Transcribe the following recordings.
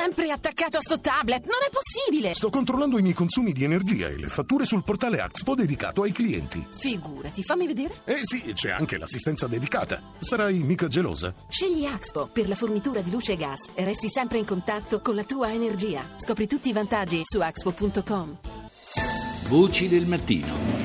sempre attaccato a sto tablet, non è possibile! Sto controllando i miei consumi di energia e le fatture sul portale Axpo dedicato ai clienti. Figurati, fammi vedere. Sì, c'è anche l'assistenza dedicata. Sarai mica gelosa? Scegli Axpo per la fornitura di luce e gas e resti sempre in contatto con la tua energia. Scopri tutti i vantaggi su axpo.com. Voci del mattino.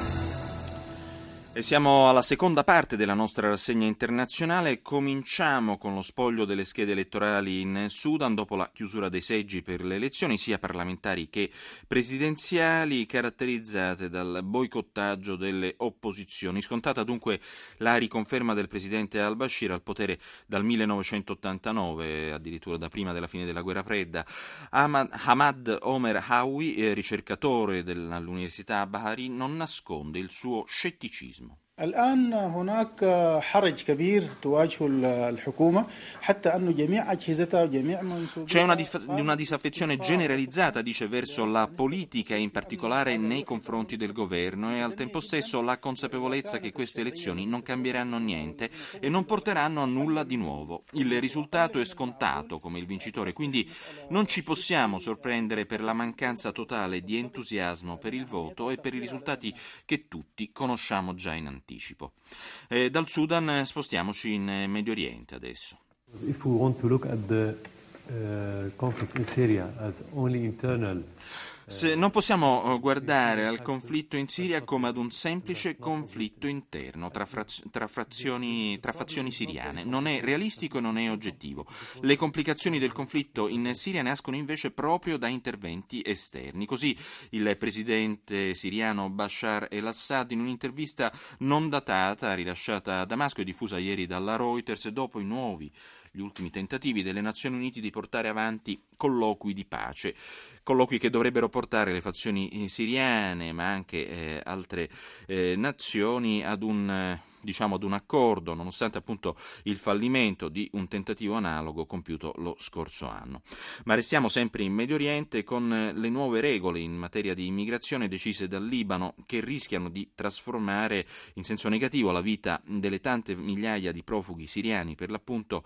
E siamo alla seconda parte della nostra rassegna internazionale. Cominciamo con lo spoglio delle schede elettorali in Sudan dopo la chiusura dei seggi per le elezioni sia parlamentari che presidenziali, caratterizzate dal boicottaggio delle opposizioni. Scontata dunque la riconferma del presidente al-Bashir al potere dal 1989, addirittura da prima della fine della guerra fredda. Ahmad Omer Hawi, ricercatore dell'Università Bahari, non nasconde il suo scetticismo. الآن هناك حرج كبير تواجه الحكومة حتى أنه جميع أجهزتها وجميع منسوباتها. C'è una disaffezione generalizzata, dice, verso la politica e in particolare nei confronti del governo e al tempo stesso la consapevolezza che queste elezioni non cambieranno niente e non porteranno a nulla di nuovo. Il risultato è scontato come il vincitore, quindi non ci possiamo sorprendere per la mancanza totale di entusiasmo per il voto e per i risultati che tutti conosciamo già in anticipo. Dal Sudan spostiamoci in Medio Oriente adesso. If we want to look at the conflict in Syria as only internal. Non possiamo guardare al conflitto in Siria come ad un semplice conflitto interno tra fazioni siriane. Non è realistico e non è oggettivo. Le complicazioni del conflitto in Siria nascono invece proprio da interventi esterni. Così il presidente siriano Bashar el-Assad, in un'intervista non datata rilasciata a Damasco e diffusa ieri dalla Reuters, dopo gli ultimi tentativi delle Nazioni Unite di portare avanti colloqui di pace, colloqui che dovrebbero portare le fazioni siriane ma anche altre nazioni ad un accordo, nonostante appunto il fallimento di un tentativo analogo compiuto lo scorso anno. Ma restiamo sempre in Medio Oriente con le nuove regole in materia di immigrazione decise dal Libano, che rischiano di trasformare in senso negativo la vita delle tante migliaia di profughi siriani, per l'appunto,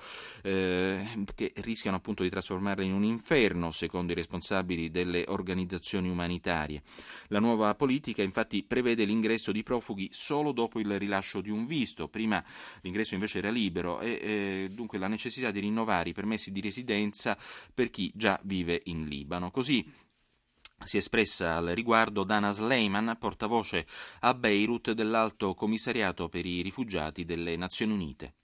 che rischiano appunto di trasformarla in un inferno, secondo i responsabili delle organizzazioni umanitarie. La nuova politica infatti prevede l'ingresso di profughi solo dopo il rilascio di un visto. Prima l'ingresso invece era libero e dunque la necessità di rinnovare i permessi di residenza per chi già vive in Libano. Così si è espressa al riguardo Dana Sleiman, portavoce a Beirut dell'Alto Commissariato per i rifugiati delle Nazioni Unite.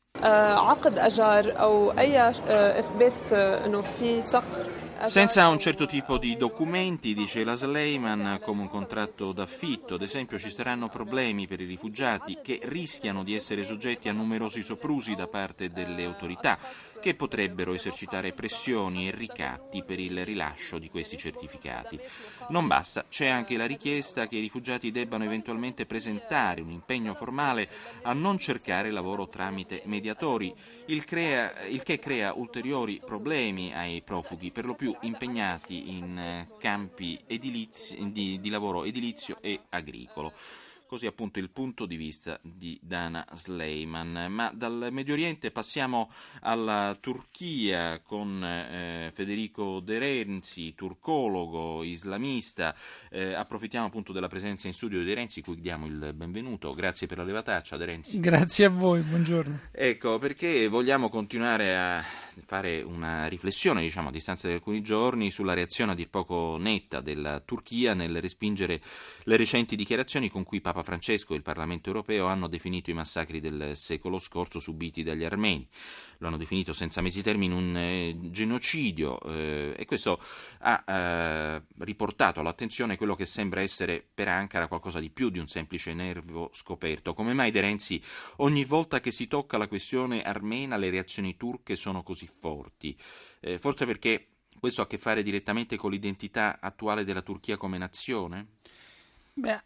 Senza un certo tipo di documenti, dice la Sleiman, come un contratto d'affitto, ad esempio, ci saranno problemi per i rifugiati che rischiano di essere soggetti a numerosi soprusi da parte delle autorità, che potrebbero esercitare pressioni e ricatti per il rilascio di questi certificati. Non basta, c'è anche la richiesta che i rifugiati debbano eventualmente presentare un impegno formale a non cercare lavoro tramite mediatori, il che crea ulteriori problemi ai profughi, per lo più impegnati in campi edilizi, di lavoro edilizio e agricolo. Così appunto il punto di vista di Dana Sleiman. Ma dal Medio Oriente passiamo alla Turchia con Federico De Renzi, turcologo, islamista. Approfittiamo appunto della presenza in studio di De Renzi, cui diamo il benvenuto. Grazie per la levataccia, De Renzi. Grazie a voi, buongiorno. Ecco, perché vogliamo continuare a fare una riflessione, a distanza di alcuni giorni, sulla reazione a dir poco netta della Turchia nel respingere le recenti dichiarazioni con cui Papa Francesco e il Parlamento europeo hanno definito i massacri del secolo scorso subiti dagli armeni. Lo hanno definito senza mezzi termini un genocidio e questo ha riportato all'attenzione quello che sembra essere per Ankara qualcosa di più di un semplice nervo scoperto. Come mai, De Renzi, ogni volta che si tocca la questione armena le reazioni turche sono così forti? Forse perché questo ha a che fare direttamente con l'identità attuale della Turchia come nazione? Beh,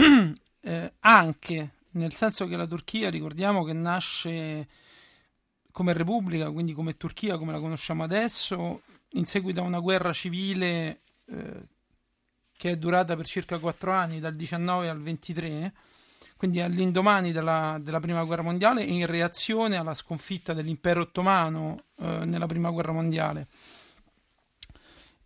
anche, nel senso che la Turchia, ricordiamo che nasce come repubblica, quindi come Turchia come la conosciamo adesso, in seguito a una guerra civile che è durata per circa 4 anni, dal 19 al 23, quindi all'indomani della prima guerra mondiale e in reazione alla sconfitta dell'impero ottomano nella prima guerra mondiale.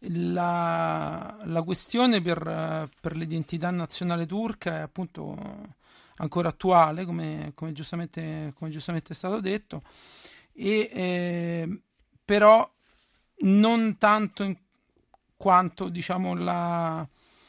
La questione per l'identità nazionale turca è appunto ancora attuale, come giustamente è stato detto, però non tanto in quanto, diciamo, la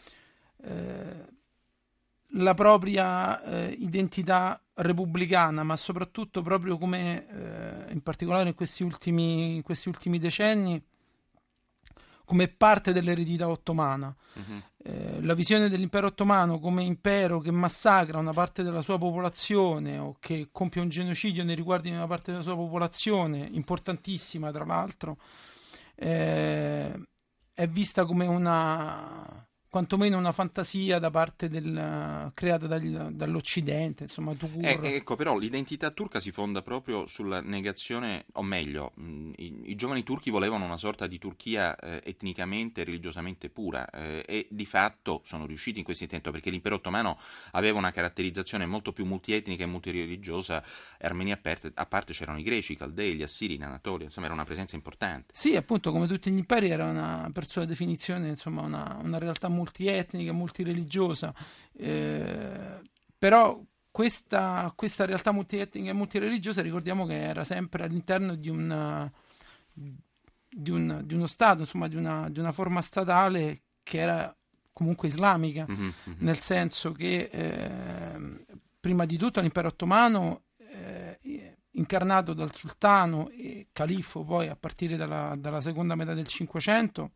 propria identità repubblicana, ma soprattutto proprio come in particolare in questi ultimi decenni, come parte dell'eredità ottomana. La visione dell'impero ottomano come impero che massacra una parte della sua popolazione o che compie un genocidio nei riguardi di una parte della sua popolazione, importantissima tra l'altro, è vista come quantomeno una fantasia da parte creata dall'Occidente, insomma. Ecco, però l'identità turca si fonda proprio sulla negazione, o meglio, i giovani turchi volevano una sorta di Turchia etnicamente e religiosamente pura, e di fatto sono riusciti in questo intento, perché l'impero ottomano aveva una caratterizzazione molto più multietnica e multireligiosa. Armenia a parte c'erano i greci, i caldei, gli assiri in Anatolia, insomma era una presenza importante. Sì, appunto, come tutti gli imperi era per sua definizione, insomma, una realtà multietnica, multireligiosa, però questa realtà multietnica e multireligiosa, ricordiamo che era sempre all'interno di uno Stato, insomma, di una forma statale che era comunque islamica, nel senso che prima di tutto l'impero ottomano, incarnato dal sultano e califfo poi a partire dalla seconda metà del Cinquecento,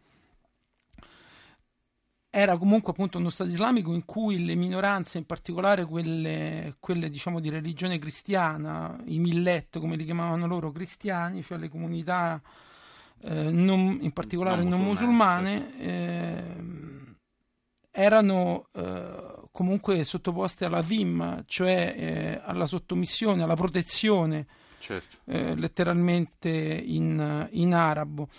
era comunque appunto uno Stato islamico in cui le minoranze, in particolare quelle diciamo di religione cristiana, i millet come li chiamavano loro, cristiani, cioè le comunità in particolare non musulmane, certo, erano comunque sottoposte alla dhimma, cioè alla sottomissione, alla protezione, certo, letteralmente in arabo.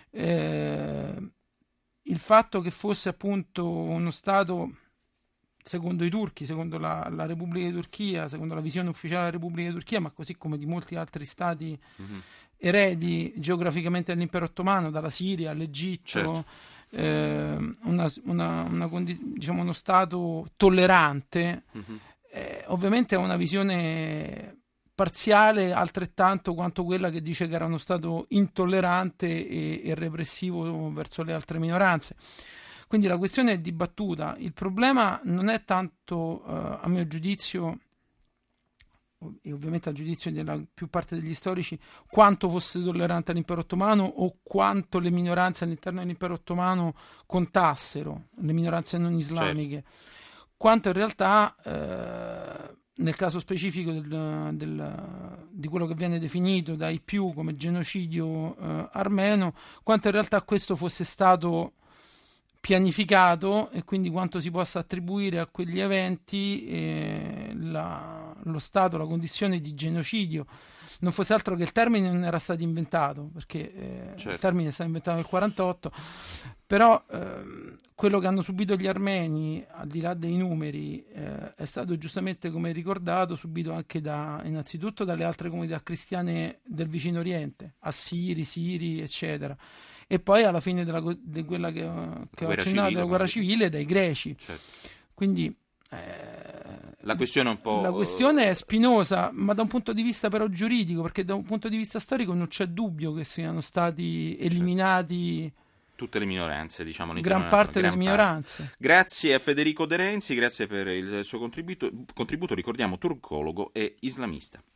Il fatto che fosse appunto uno Stato, secondo i turchi, secondo la Repubblica di Turchia, secondo la visione ufficiale della Repubblica di Turchia, ma così come di molti altri stati eredi geograficamente dell'impero ottomano, dalla Siria all'Egitto, certo, diciamo uno Stato tollerante, ovviamente è una visione parziale altrettanto quanto quella che dice che era uno Stato intollerante e repressivo verso le altre minoranze. Quindi la questione è dibattuta. Il problema non è tanto, a mio giudizio, e ovviamente a giudizio della più parte degli storici, quanto fosse tollerante all'impero ottomano o quanto le minoranze all'interno dell'impero ottomano contassero, le minoranze non islamiche, certo, quanto in realtà nel caso specifico di quello che viene definito dai più come genocidio armeno, quanto in realtà questo fosse stato pianificato e quindi quanto si possa attribuire a quegli eventi lo stato, la condizione di genocidio. Non fosse altro che il termine non era stato inventato, perché certo, il termine è stato inventato nel 1948, però quello che hanno subito gli armeni, al di là dei numeri, è stato giustamente, come ricordato, subito anche innanzitutto dalle altre comunità cristiane del vicino Oriente, assiri, siri, eccetera, e poi alla fine di quella che ho accennato, della guerra civile, dai greci. Certo. Quindi la questione è spinosa, ma da un punto di vista però giuridico, perché da un punto di vista storico non c'è dubbio che siano stati eliminati tutte le minoranze, diciamo, gran parte delle minoranze. Grazie a Federico De Renzi, grazie per il suo contributo, ricordiamo turcologo e islamista.